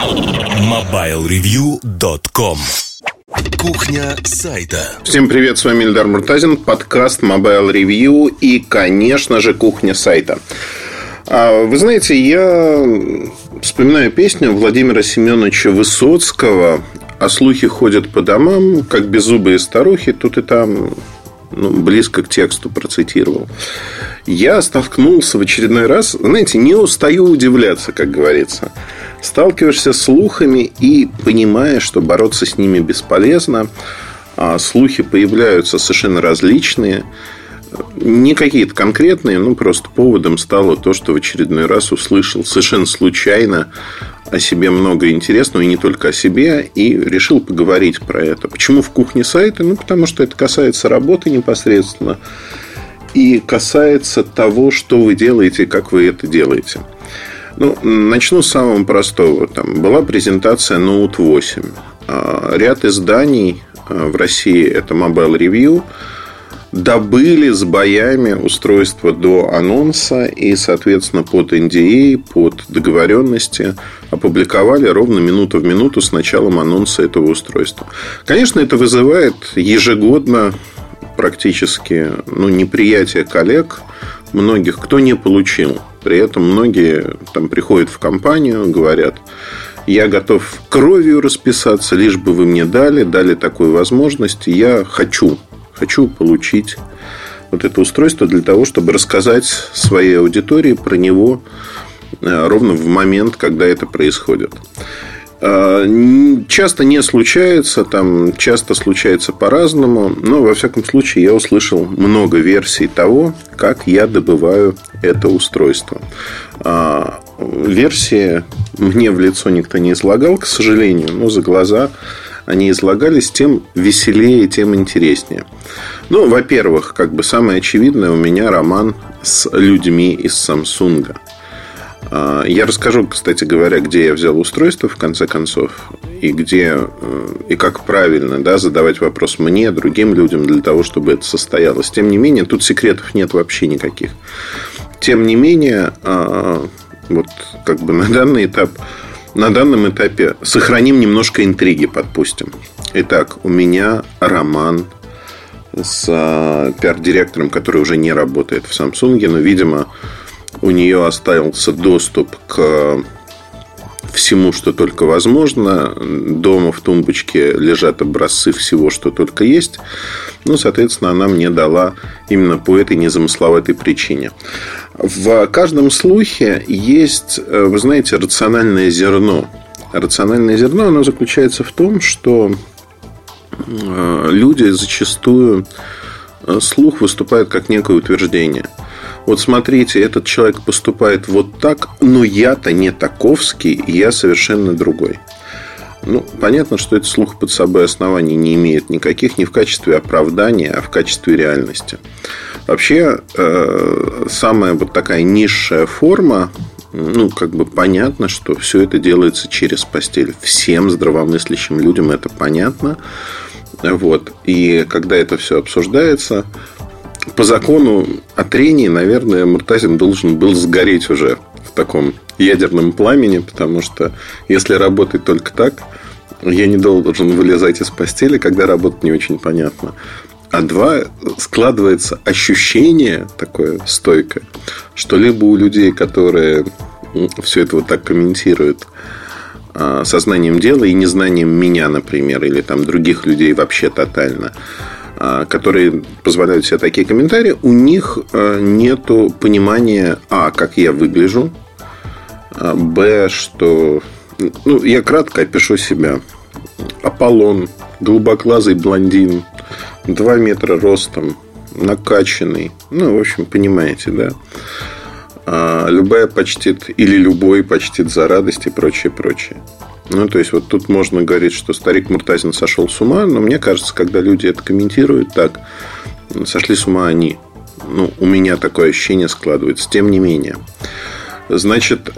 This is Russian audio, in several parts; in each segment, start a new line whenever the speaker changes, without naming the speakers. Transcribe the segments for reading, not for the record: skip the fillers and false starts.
MobileReview.com. Кухня сайта.
Всем привет, с вами Эльдар Муртазин, подкаст Mobile Review и, конечно же, кухня сайта. Вы знаете, я вспоминаю песню Владимира Семеновича Высоцкого «А слухи ходят по домам, как беззубые старухи». Тут и там близко к тексту процитировал. Я столкнулся в очередной раз, знаете, не устаю удивляться, как говорится. Сталкиваешься с слухами и понимаешь, что бороться с ними бесполезно. Слухи появляются совершенно различные. Не какие-то конкретные, просто поводом стало то, что в очередной раз услышал совершенно случайно о себе много интересного, и не только о себе, и решил поговорить про это. Почему в кухне сайта? Потому что это касается работы непосредственно и касается того, что вы делаете и как вы это делаете. Начну с самого простого. Там была презентация Note 8. Ряд изданий в России, это Mobile Review, добыли с боями устройство до анонса и, соответственно, под NDA, под договоренности опубликовали ровно минуту в минуту с началом анонса этого устройства. Конечно, это вызывает ежегодно практически неприятие коллег, многих, кто не получил. При этом многие там приходят в компанию, говорят: я готов кровью расписаться, лишь бы вы мне дали такую возможность. Я хочу получить вот это устройство для того, чтобы рассказать своей аудитории про него ровно в момент, когда это происходит. Часто не случается, часто случается по-разному, но во всяком случае я услышал много версий того, как я добываю это устройство. Версии мне в лицо никто не излагал, к сожалению, но за глаза они излагались, тем веселее, тем интереснее. Во-первых, самое очевидное, у меня роман с людьми из Samsung. Я расскажу, кстати говоря, где я взял устройство, в конце концов, и где и как правильно задавать вопрос мне, другим людям, для того, чтобы это состоялось. Тем не менее, тут секретов нет вообще никаких. Тем не менее, на данном этапе сохраним немножко интриги, подпустим. Итак, у меня роман с пиар-директором, который уже не работает в Samsung, но, видимо, у нее остался доступ к всему, что только возможно. Дома в тумбочке лежат образцы всего, что только есть. Соответственно, она мне дала именно по этой незамысловатой причине. В каждом слухе есть, вы знаете, рациональное зерно. Рациональное зерно, оно заключается в том, что люди зачастую слух выступают как некое утверждение. Вот смотрите, этот человек поступает вот так, но я-то не таковский, я совершенно другой. Понятно, что этот слух под собой оснований не имеет никаких, не в качестве оправдания, а в качестве реальности. Вообще, самая такая низшая форма, понятно, что все это делается через постель. Всем здравомыслящим людям это понятно. И когда это все обсуждается, по закону о трении, наверное, Муртазин должен был сгореть уже в таком ядерном пламени, потому что если работать только так, я не должен вылезать из постели, когда работать не очень понятно. А два, складывается ощущение такое стойкое, что либо у людей, которые все это так комментируют, сознанием дела и незнанием меня, например, или других людей вообще тотально, которые позволяют себе такие комментарии, у них нету понимания, как я выгляжу, что... я кратко опишу себя. Аполлон, голубоглазый блондин, 2 метра ростом, накачанный. В общем, понимаете, да? Любая почтит, или любой почтит за радость и прочее. То есть, тут можно говорить, что старик Муртазин сошел с ума. Но мне кажется, когда люди это комментируют так, сошли с ума они. У меня такое ощущение складывается. Тем не менее, значит,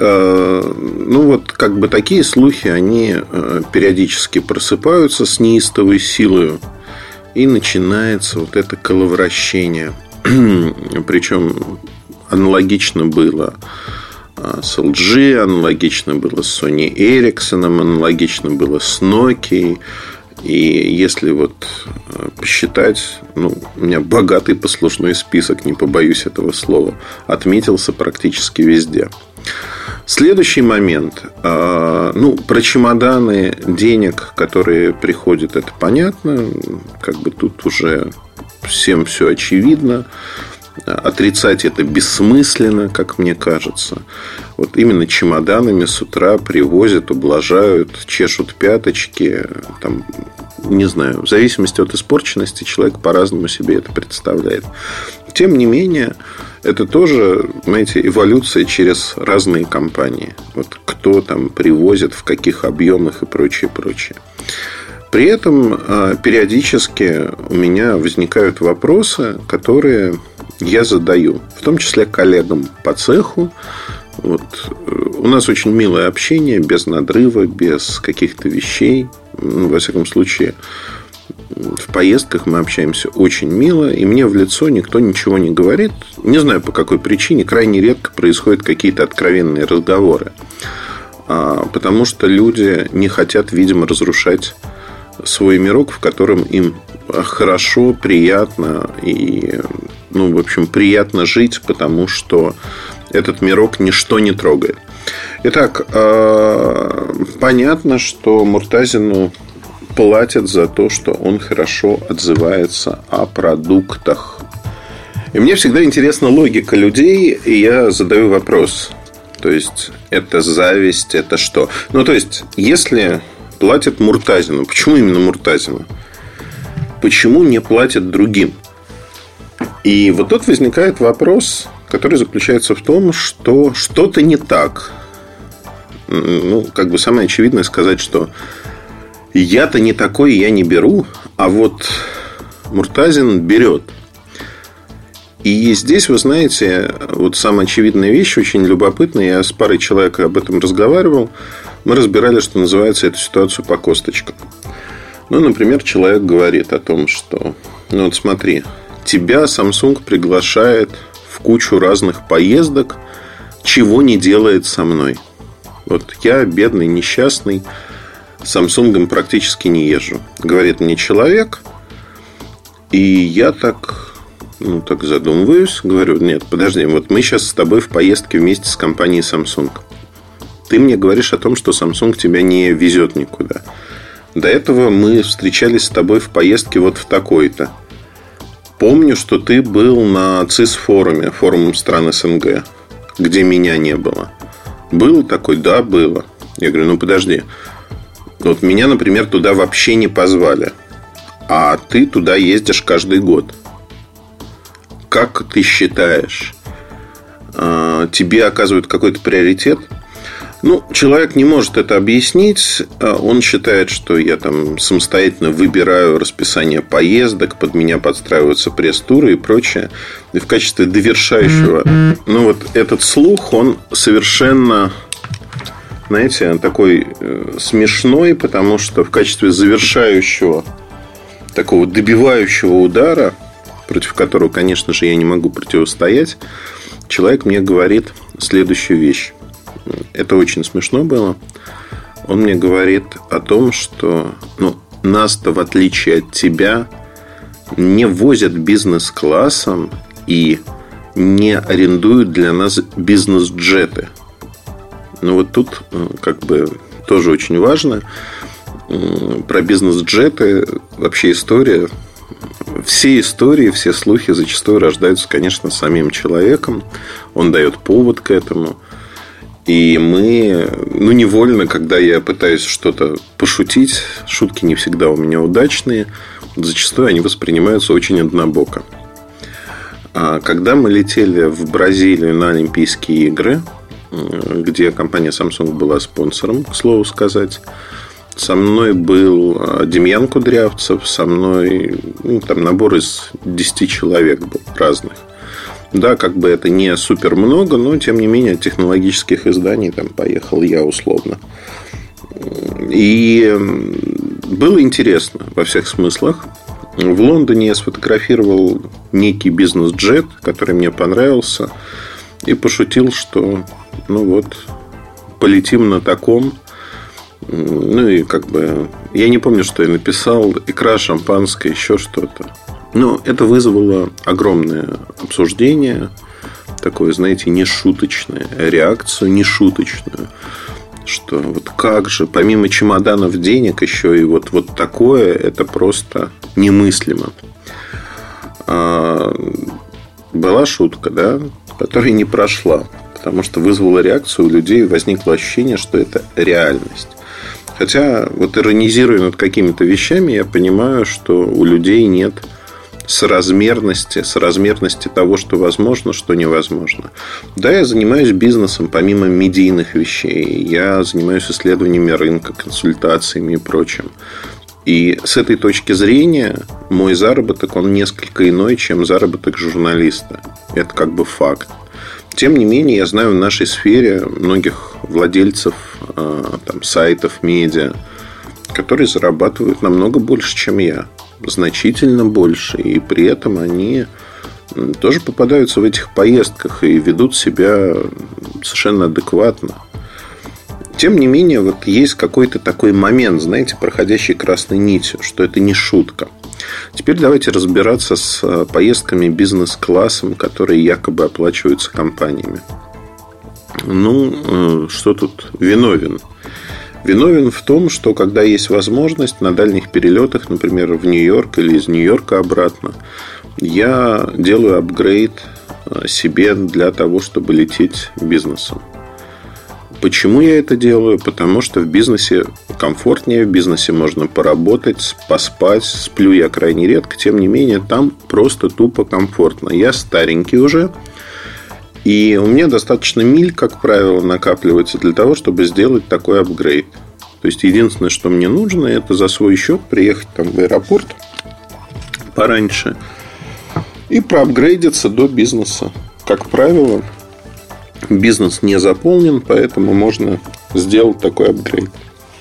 такие слухи, они периодически просыпаются с неистовой силой, и начинается это коловращение. Причем аналогично было с LG, аналогично было с Sony Ericsson, аналогично было с Nokia. И если вот посчитать, у меня богатый послужной список, не побоюсь этого слова, отметился практически везде. Следующий момент. Про чемоданы денег, которые приходят, это понятно. Как бы тут уже всем все очевидно. Отрицать это бессмысленно, как мне кажется. Вот именно чемоданами с утра привозят, ублажают, чешут пяточки. Там, не знаю, в зависимости от испорченности человек по-разному себе это представляет. Тем не менее, это тоже, знаете, эволюция через разные компании. Вот кто там привозит, в каких объемах и прочее, прочее. При этом периодически у меня возникают вопросы, которые я задаю, в том числе коллегам по цеху. Вот. У нас очень милое общение, без надрыва, без каких-то вещей. Во всяком случае, в поездках мы общаемся очень мило, и мне в лицо никто ничего не говорит. Не знаю, по какой причине. Крайне редко происходят какие-то откровенные разговоры. Потому что люди не хотят, видимо, разрушать свой мирок, в котором им хорошо, приятно и, в общем, приятно жить, потому что этот мирок ничто не трогает. Итак, понятно, что Муртазину платят за то, что он хорошо отзывается о продуктах. И мне всегда интересна логика людей, и я задаю вопрос. То есть, это зависть, это что? То есть, если платят Муртазину, почему именно Муртазину? Почему не платят другим? И вот тут возникает вопрос, который заключается в том, что что-то не так. Самое очевидное сказать, что я-то не такой, я не беру, а вот Муртазин берет. И здесь, вы знаете, вот самая очевидная вещь, очень любопытная. Я с парой человек об этом разговаривал. Мы разбирали, что называется, эту ситуацию по косточкам. Например, человек говорит о том, что смотри, тебя Samsung приглашает в кучу разных поездок, чего не делает со мной. Вот я, бедный, несчастный, с Samsung практически не езжу. Говорит мне человек. И я так задумываюсь. Говорю, нет, подожди, вот мы сейчас с тобой в поездке вместе с компанией Samsung. Ты мне говоришь о том, что Samsung тебя не везет никуда. До этого мы встречались с тобой в поездке вот в такой-то. Помню, что ты был на ЦИС-форуме, форумом стран СНГ, где меня не было. Было такой? Да, было. Я говорю, подожди. Вот меня, например, туда вообще не позвали. А ты туда ездишь каждый год. Как ты считаешь, тебе оказывают какой-то приоритет? Человек не может это объяснить. Он считает, что я там самостоятельно выбираю расписание поездок, под меня подстраиваются пресс-туры и прочее. И в качестве довершающего, этот слух, он совершенно, знаете, такой смешной, потому что в качестве завершающего, такого добивающего удара, против которого, конечно же, я не могу противостоять, человек мне говорит следующую вещь. Это очень смешно было. Он мне говорит о том, что нас-то, в отличие от тебя, не возят бизнес-классом и не арендуют для нас бизнес-джеты. Вот тут тоже очень важно. Про бизнес-джеты вообще история. Все истории, все слухи зачастую рождаются, конечно, самим человеком. Он дает повод к этому. И мы, невольно, когда я пытаюсь что-то пошутить, шутки не всегда у меня удачные, зачастую они воспринимаются очень однобоко. Когда мы летели в Бразилию на Олимпийские игры, где компания Samsung была спонсором, к слову сказать, со мной был Демьян Кудрявцев, со мной там набор из 10 человек был разных. Да, это не супер много, но тем не менее от технологических изданий там поехал я условно. И было интересно во всех смыслах. В Лондоне я сфотографировал некий бизнес-джет, который мне понравился, и пошутил, что полетим на таком. Ну, и я не помню, что я написал. Икра, шампанское, еще что-то. Но это вызвало огромное обсуждение. Такое, знаете, нешуточное. Реакцию нешуточную. Что как же, помимо чемоданов денег, еще и вот такое, это просто немыслимо. Была шутка, да, которая не прошла. Потому что вызвала реакцию у людей, возникло ощущение, что это реальность. Хотя, иронизируя над какими-то вещами, я понимаю, что у людей нет соразмерности того, что возможно, что невозможно. Да, я занимаюсь бизнесом помимо медийных вещей. Я занимаюсь исследованиями рынка, консультациями и прочим. И с этой точки зрения мой заработок, он несколько иной, чем заработок журналиста. Это факт. Тем не менее, я знаю в нашей сфере многих владельцев сайтов, медиа, которые зарабатывают намного больше, чем я. Значительно больше. И при этом они тоже попадаются в этих поездках и ведут себя совершенно адекватно. Тем не менее, есть какой-то такой момент, знаете, проходящий красной нитью, что это не шутка. Теперь давайте разбираться с поездками бизнес-классом, которые якобы оплачиваются компаниями. Что тут виновен? Виновен в том, что когда есть возможность на дальних перелетах, например, в Нью-Йорк или из Нью-Йорка обратно, я делаю апгрейд себе для того, чтобы лететь бизнесом. Почему я это делаю? Потому что в бизнесе комфортнее, в бизнесе можно поработать, поспать. Сплю я крайне редко, тем не менее, там просто тупо комфортно. Я старенький уже, и у меня достаточно миль, как правило, накапливается для того, чтобы сделать такой апгрейд. То есть, единственное, что мне нужно, это за свой счет приехать в аэропорт пораньше и проапгрейдиться до бизнеса. Как правило, бизнес не заполнен, поэтому можно сделать такой апгрейд.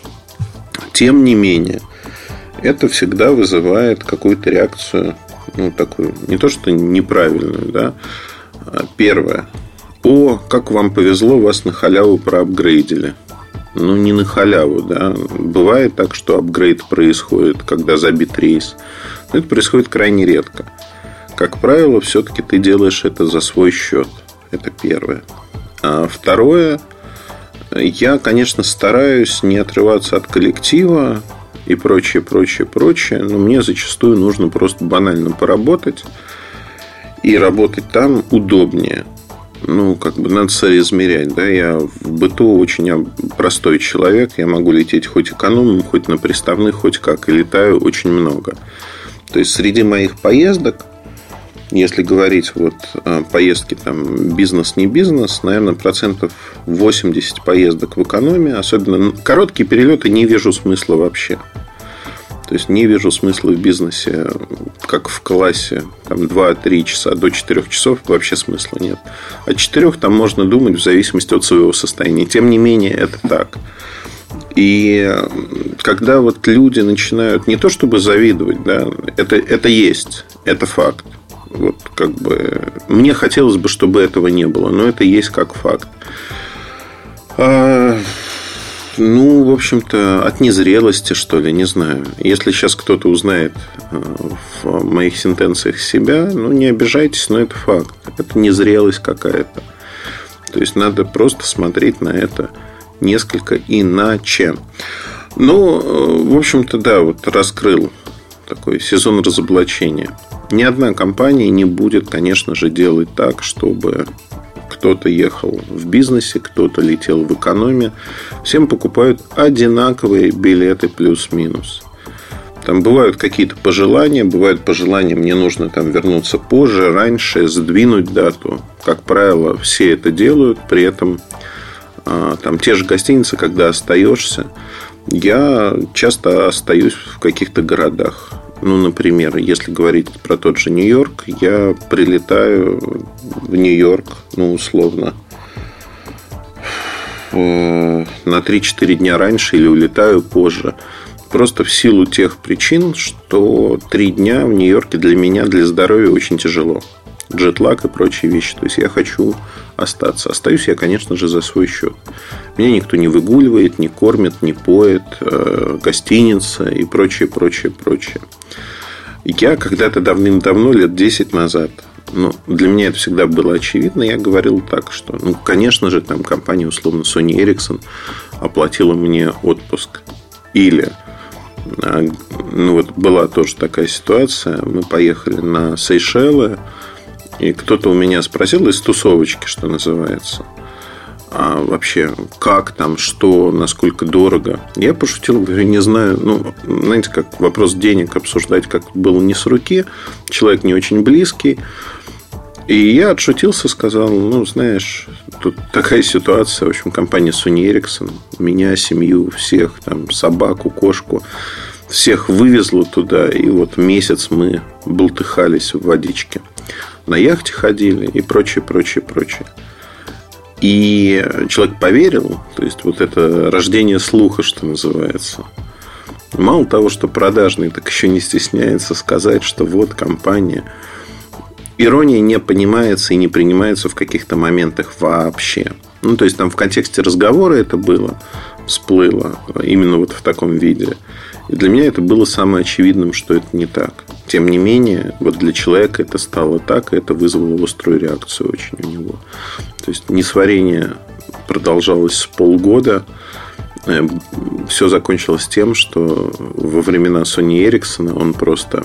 Тем не менее, это всегда вызывает какую-то реакцию, такую, не то что неправильную, да. Первое. Как вам повезло, вас на халяву проапгрейдили. Не на халяву, да. Бывает так, что апгрейд происходит, когда забит рейс. Но это происходит крайне редко. Как правило, все-таки ты делаешь это за свой счет. Это первое. А второе, я, конечно, стараюсь не отрываться от коллектива и прочее. Но мне зачастую нужно просто банально поработать. И работать там удобнее. Надо соизмерять, да. Я в быту очень простой человек. Я могу лететь хоть экономом, хоть на приставных, хоть как. И летаю очень много. То есть, среди моих поездок, если говорить поездки бизнес, не бизнес, наверное, 80% поездок в экономии. Особенно короткие перелеты не вижу смысла вообще. То есть, не вижу смысла в бизнесе, как в классе, 2-3 часа до 4 часов вообще смысла нет. От 4 там можно думать в зависимости от своего состояния. Тем не менее, это так. И когда люди начинают не то чтобы завидовать, да, это есть, это факт. Мне хотелось бы, чтобы этого не было, но это есть как факт. В общем-то, от незрелости, что ли, не знаю. Если сейчас кто-то узнает в моих сентенциях себя, не обижайтесь, но это факт. Это незрелость какая-то. То есть, надо просто смотреть на это несколько иначе. В общем-то, да, раскрыл такой сезон разоблачения. Ни одна компания не будет, конечно же, делать так, чтобы кто-то ехал в бизнесе, кто-то летел в экономе. Всем покупают одинаковые билеты плюс-минус. Там бывают какие-то пожелания. Бывают пожелания, мне нужно вернуться позже, раньше, сдвинуть дату. Как правило, все это делают. При этом те же гостиницы, когда остаешься. Я часто остаюсь в каких-то городах. Например, если говорить про тот же Нью-Йорк, я прилетаю в Нью-Йорк, условно, на 3-4 дня раньше или улетаю позже. Просто в силу тех причин, что 3 дня в Нью-Йорке для меня, для здоровья очень тяжело. Джетлаг и прочие вещи. То есть, я хочу остаться. Остаюсь я, конечно же, за свой счет. Меня никто не выгуливает, не кормит, не поет, гостиница и прочее, прочее, прочее. Я когда-то давным-давно, лет 10 назад, для меня это всегда было очевидно, я говорил так, что, конечно же, там компания, условно, Sony Ericsson оплатила мне отпуск. Или, была тоже такая ситуация, мы поехали на Сейшелы, и кто-то у меня спросил из тусовочки, что называется, а вообще, как там, что, насколько дорого. Я пошутил, говорю, не знаю. Знаете, как вопрос денег обсуждать как было не с руки. Человек не очень близкий. И я отшутился, сказал, знаешь, тут такая ситуация. В общем, компания Sony Ericsson меня, семью, всех, там, собаку, кошку, всех вывезла туда. И вот месяц мы бултыхались в водичке. На яхте ходили и прочее, прочее, прочее. И человек поверил. То есть, вот это рождение слуха, что называется. Мало того, что продажный, так еще не стесняется сказать, что вот компания. Ирония не понимается и не принимается в каких-то моментах вообще. То есть, там в контексте разговора это было, всплыло именно вот в таком виде. И для меня это было самым очевидным, что это не так. Тем не менее, вот для человека это стало так, и это вызвало острую реакцию очень у него. То есть, несварение продолжалось с полгода. Все закончилось тем, что во времена Sony Ericsson он просто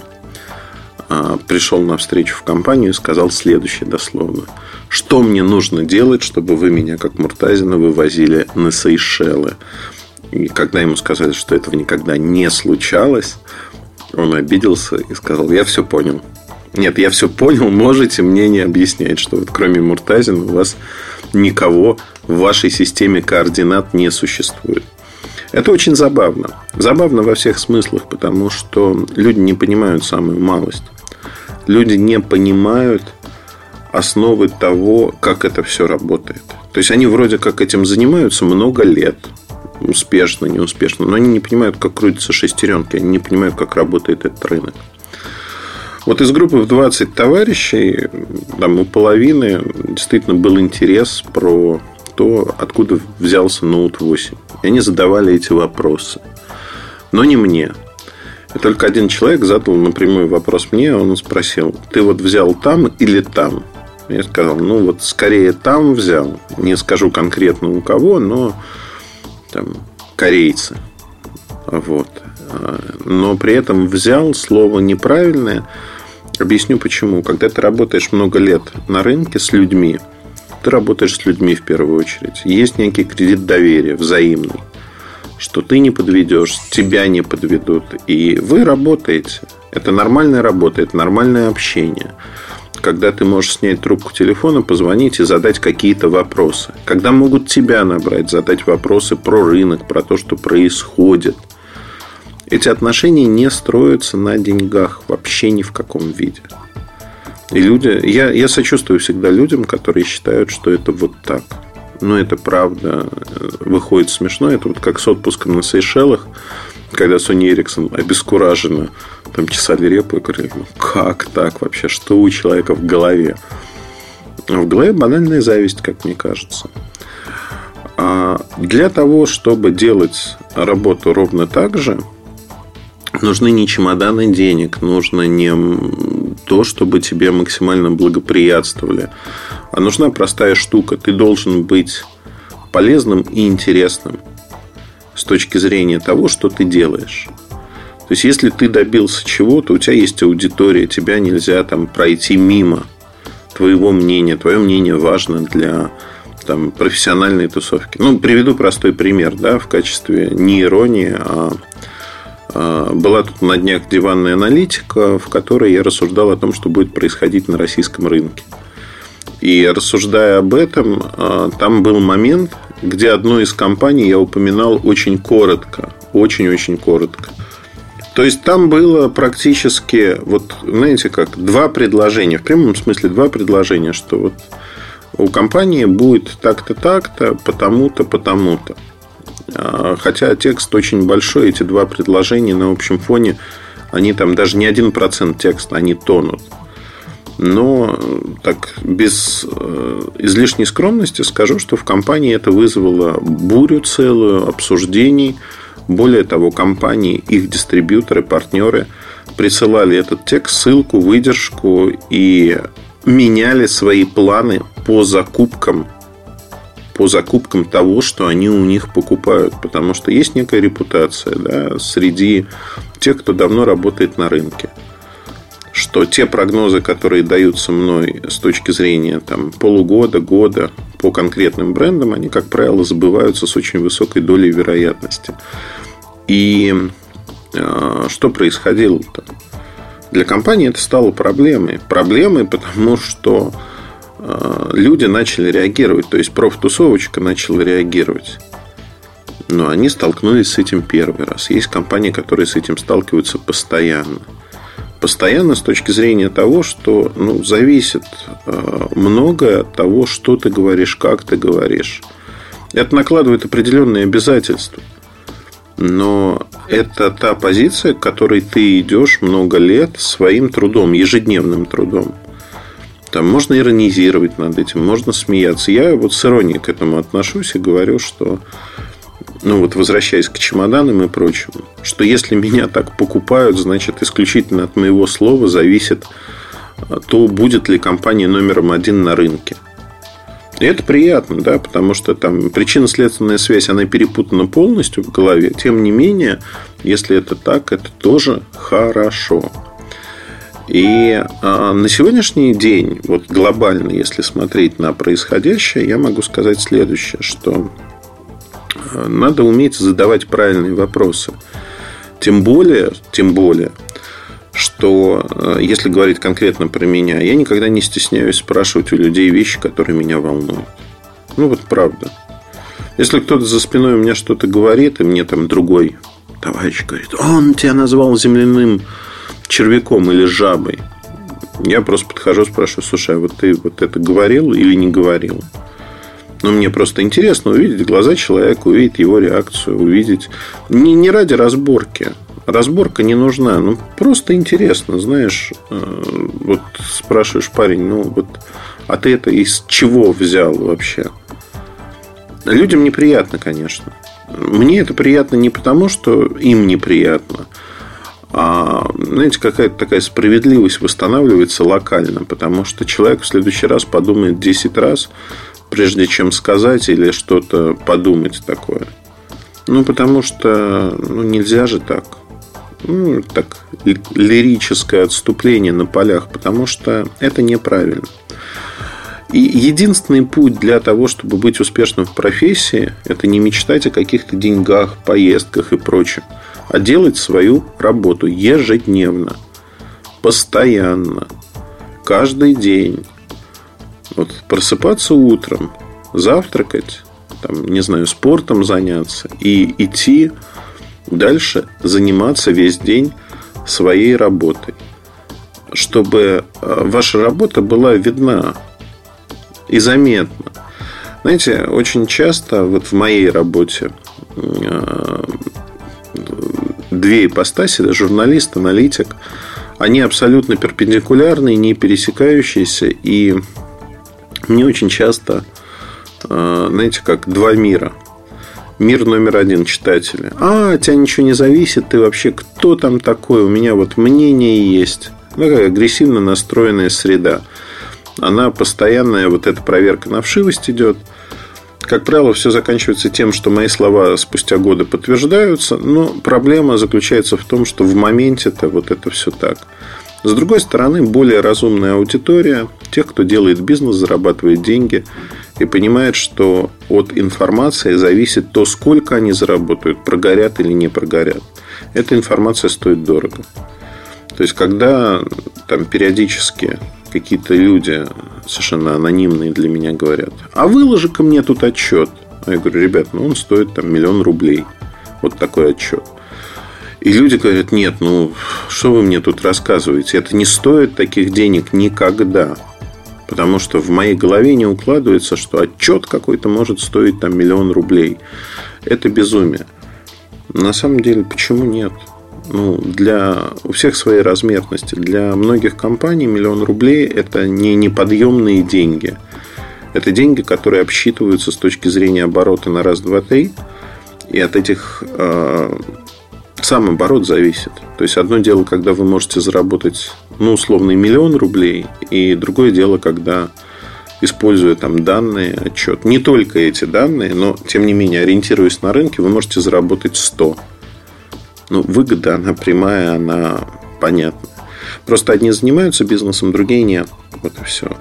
пришел на встречу в компанию и сказал следующее дословно: что мне нужно делать, чтобы вы меня, как Муртазина, вывозили на Сейшелы? И когда ему сказали, что этого никогда не случалось, он обиделся и сказал: я все понял. Нет, я все понял, можете мне не объяснять, что вот кроме Муртазина у вас никого в вашей системе координат не существует. Это очень забавно. Забавно во всех смыслах, потому что люди не понимают самую малость. Люди не понимают основы того, как это все работает. То есть, они вроде как этим занимаются много лет. Успешно, неуспешно. Но они не понимают, как крутятся шестеренки. Они не понимают, как работает этот рынок. Вот из группы в 20 товарищей, там у половины действительно был интерес про то, откуда взялся Note 8. И они задавали эти вопросы. Но не мне. И только один человек задал напрямую вопрос мне. Он спросил: ты вот взял там или там? Я сказал: вот скорее там взял. Не скажу конкретно у кого, но там корейцы. Вот. Но при этом взял слово неправильное. Объясню почему. Когда ты работаешь много лет на рынке с людьми, ты работаешь с людьми в первую очередь. Есть некий кредит доверия взаимный, что ты не подведешь, тебя не подведут. И вы работаете. Это нормальная работа, это нормальное общение. Когда ты можешь снять трубку телефона, позвонить и задать какие-то вопросы. Когда могут тебя набрать, задать вопросы про рынок, про то, что происходит. Эти отношения не строятся на деньгах вообще ни в каком виде. И люди... Я сочувствую всегда людям, которые считают, что это вот так. Но это правда выходит смешно. Это вот как с отпуском на Сейшелах, когда Sony Ericsson обескураженно там чесали репу и говорили: как так вообще? Что у человека в голове? В голове банальная зависть, как мне кажется. А для того, чтобы делать работу ровно так же, нужны не чемоданы денег, нужно не то, чтобы тебе максимально благоприятствовали, а нужна простая штука. Ты должен быть полезным и интересным с точки зрения того, что ты делаешь. То есть, если ты добился чего-то, у тебя есть аудитория, тебя нельзя там пройти мимо твоего мнения. Твое мнение важно для там профессиональной тусовки. Приведу простой пример, в качестве не иронии, была тут на днях диванная аналитика, в которой я рассуждал о том, что будет происходить на российском рынке. И рассуждая об этом, там был момент, где одну из компаний я упоминал очень коротко. Очень-очень коротко. То есть, там было практически, знаете как, два предложения. В прямом смысле два предложения, что вот у компании будет так-то, так-то, потому-то, потому-то. Хотя текст очень большой, эти два предложения на общем фоне, они там даже не 1% текста, они тонут. Но так, без излишней скромности скажу, что в компании это вызвало бурю целую обсуждений. Более того, компании, их дистрибьюторы, партнеры присылали этот текст, ссылку, выдержку и меняли свои планы по закупкам того, что они у них покупают. Потому что есть некая репутация, да, среди тех, кто давно работает на рынке, что те прогнозы, которые даются мной с точки зрения полугода, года по конкретным брендам, они, как правило, сбываются с очень высокой долей вероятности. И что происходило-то? Для компании это стало проблемой. Проблемой, потому что люди начали реагировать. То есть профтусовочка начала реагировать. Но они столкнулись с этим первый раз. Есть компании, которые с этим сталкиваются постоянно. Постоянно с точки зрения того, что зависит многое от того, что ты говоришь, как ты говоришь. Это накладывает определенные обязательства. Но это та позиция, к которой ты идешь много лет своим трудом, ежедневным трудом. Там можно иронизировать над этим, можно смеяться. Я с иронией к этому отношусь и говорю, что, возвращаясь к чемоданам и прочему, что если меня так покупают, значит, исключительно от моего слова зависит то, будет ли компания номером 1 на рынке. И это приятно, да, потому что там причинно-следственная связь, она перепутана полностью в голове. Тем не менее, если это так, это тоже хорошо. И на сегодняшний день, глобально, если смотреть на происходящее, я могу сказать следующее, что надо уметь задавать правильные вопросы. Тем более, что, если говорить конкретно про меня, я никогда не стесняюсь спрашивать у людей вещи, которые меня волнуют. Правда. Если кто-то за спиной у меня что-то говорит, и мне другой товарищ говорит: он тебя назвал земляным червяком или жабой, я просто подхожу, спрашиваю: слушай, а ты это говорил или не говорил? Мне просто интересно увидеть глаза человека, увидеть его реакцию, увидеть не ради разборки. Разборка не нужна, просто интересно, знаешь. Спрашиваешь: парень, а ты это из чего взял вообще? Людям неприятно, конечно. Мне это приятно не потому, что им неприятно, а, знаете, какая-то такая справедливость восстанавливается локально. Потому что человек в следующий раз подумает 10 раз, прежде чем сказать или что-то подумать такое. Потому что нельзя же так. Так, лирическое отступление на полях, потому что это неправильно. И единственный путь для того, чтобы быть успешным в профессии, это не мечтать о каких-то деньгах, поездках и прочем, а делать свою работу ежедневно, постоянно, каждый день. Просыпаться утром, завтракать, спортом заняться и идти дальше заниматься весь день своей работой, чтобы ваша работа была видна и заметна. Знаете, очень часто в моей работе две ипостаси, журналист, аналитик, они абсолютно перпендикулярные, не пересекающиеся. И мне очень часто, знаете, как два мира. Мир номер 1 читатели. От тебя ничего не зависит, ты вообще кто там такой? У меня мнение есть. Такая агрессивно настроенная среда. Она постоянная, эта проверка на вшивость идет. Как правило, все заканчивается тем, что мои слова спустя годы подтверждаются. Но проблема заключается в том, что в моменте-то это все так. С другой стороны, более разумная аудитория, тех, кто делает бизнес, зарабатывает деньги и понимает, что от информации зависит то, сколько они заработают, прогорят или не прогорят. Эта информация стоит дорого. То есть, когда периодически какие-то люди совершенно анонимные для меня говорят: а выложи-ка мне тут отчет. Я говорю: ребят, он стоит 1 000 000 рублей. Такой отчет. И люди говорят: нет, что вы мне тут рассказываете? Это не стоит таких денег никогда. Потому что в моей голове не укладывается, что отчет какой-то может стоить 1 000 000 рублей. Это безумие. На самом деле, почему нет? У всех своей размерности. Для многих компаний 1 000 000 рублей – это не неподъемные деньги. Это деньги, которые обсчитываются с точки зрения оборота на раз, два, три. И от этих сам оборот зависит. То есть, одно дело, когда вы можете заработать, условно, 1 000 000 рублей. И другое дело, когда, используя там данные, отчет, не только эти данные, но, тем не менее, ориентируясь на рынке, вы можете заработать 100. Выгода, она прямая, она понятна. Просто одни занимаются бизнесом, другие нет. Вот и все.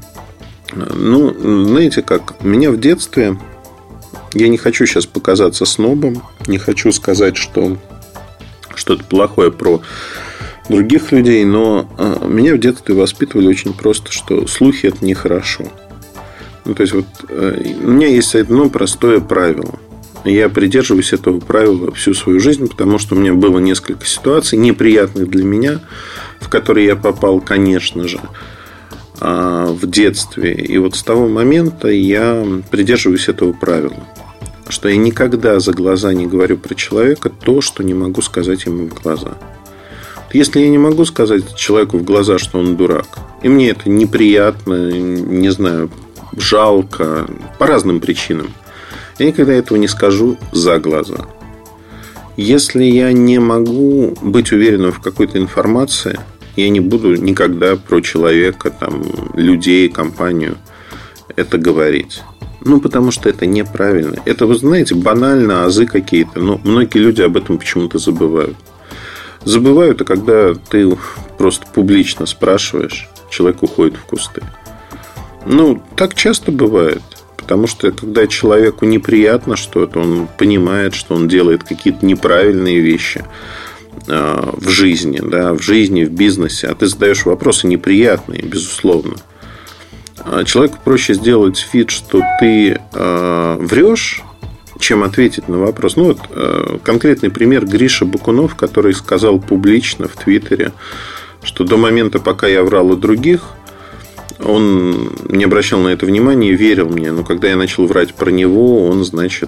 Знаете как, меня в детстве... Я не хочу сейчас показаться снобом, не хочу сказать, что что-то плохое про других людей, но меня в детстве воспитывали очень просто, что слухи – это нехорошо. То есть, у меня есть одно простое правило. Я придерживаюсь этого правила всю свою жизнь, потому что у меня было несколько ситуаций, неприятных для меня, в которые я попал, конечно же, в детстве. И вот с того момента я придерживаюсь этого правила, что я никогда за глаза не говорю про человека то, что не могу сказать ему в глаза. Если я не могу сказать человеку в глаза, что он дурак, и мне это неприятно, не знаю, жалко, по разным причинам, я никогда этого не скажу за глаза. Если я не могу быть уверенным в какой-то информации, я не буду никогда про человека, людей, компанию это говорить. Потому что это неправильно. Это, вы знаете, банально азы какие-то. Но многие люди об этом почему-то забывают. Забывают, когда ты просто публично спрашиваешь, человек уходит в кусты. Так часто бывает. Потому что, когда человеку неприятно что-то, он понимает, что он делает какие-то неправильные вещи в жизни, в бизнесе. А ты задаешь вопросы неприятные, безусловно. Человеку проще сделать вид, что ты врешь, чем ответить на вопрос. Конкретный пример: Гриша Бакунов, который сказал публично в Твиттере, что до момента, пока я врал о других, он не обращал на это внимания и верил мне. Но когда я начал врать про него, он, значит,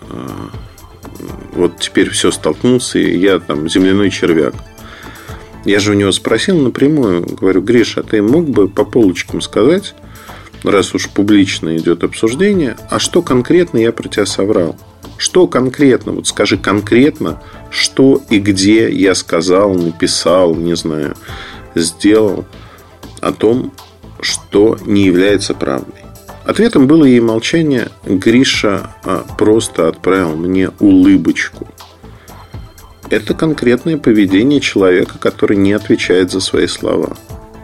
вот теперь все столкнулся, и я земляной червяк. Я же у него спросил напрямую, говорю: Гриша, а ты мог бы по полочкам сказать, раз уж публично идет обсуждение, а что конкретно я про тебя соврал? Что конкретно? Вот скажи конкретно, что и где я сказал, написал, не знаю, сделал о том, что не является правдой. Ответом было ей молчание. Гриша просто отправил мне улыбочку. Это конкретное поведение человека, который не отвечает за свои слова.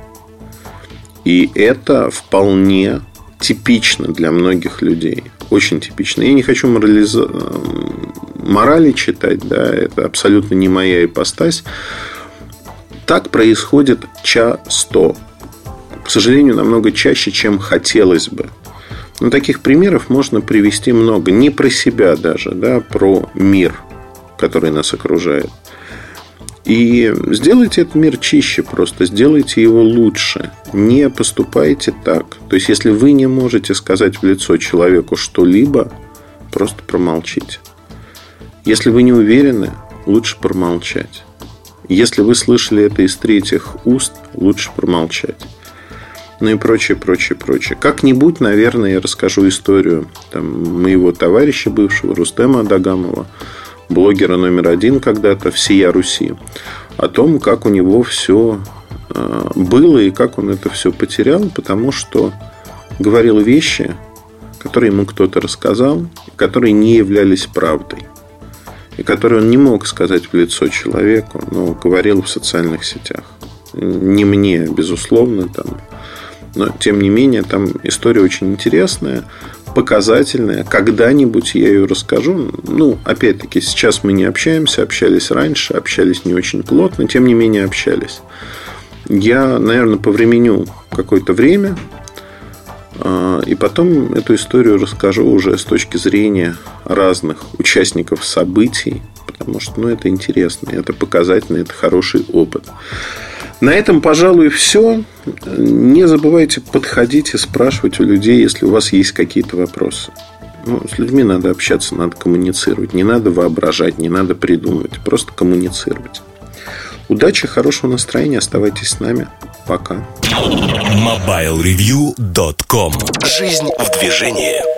И это вполне типично для многих людей. Очень типично. Я не хочу морали читать, это абсолютно не моя ипостась. Так происходит часто. К сожалению, намного чаще, чем хотелось бы. Но таких примеров можно привести много. Не про себя даже, про мир, который нас окружает. И сделайте этот мир чище, просто сделайте его лучше. Не поступайте так. То есть, если вы не можете сказать в лицо человеку что-либо, просто промолчите. Если вы не уверены, лучше промолчать. Если вы слышали это из третьих уст, лучше промолчать. И прочее. Как-нибудь, наверное, я расскажу историю моего товарища бывшего, Рустема Адагамова, блогера номер 1 когда-то всея Руси, о том, как у него все было и как он это все потерял, потому что говорил вещи, которые ему кто-то рассказал, которые не являлись правдой, и которые он не мог сказать в лицо человеку, но говорил в социальных сетях. Не мне, безусловно, но тем не менее там история очень интересная, показательная. Когда-нибудь я ее расскажу. Опять-таки, сейчас мы не общаемся. Общались раньше, общались не очень плотно. Тем не менее, общались. Я, наверное, повременю какое-то время, и потом эту историю расскажу уже с точки зрения разных участников событий, потому что это интересно, это показательно, это хороший опыт. На этом, пожалуй, все. Не забывайте подходить и спрашивать у людей, если у вас есть какие-то вопросы. С людьми надо общаться, надо коммуницировать. Не надо воображать, не надо придумывать. Просто коммуницировать. Удачи, хорошего настроения. Оставайтесь с нами. Пока.
MobileReview.com. Жизнь в движении.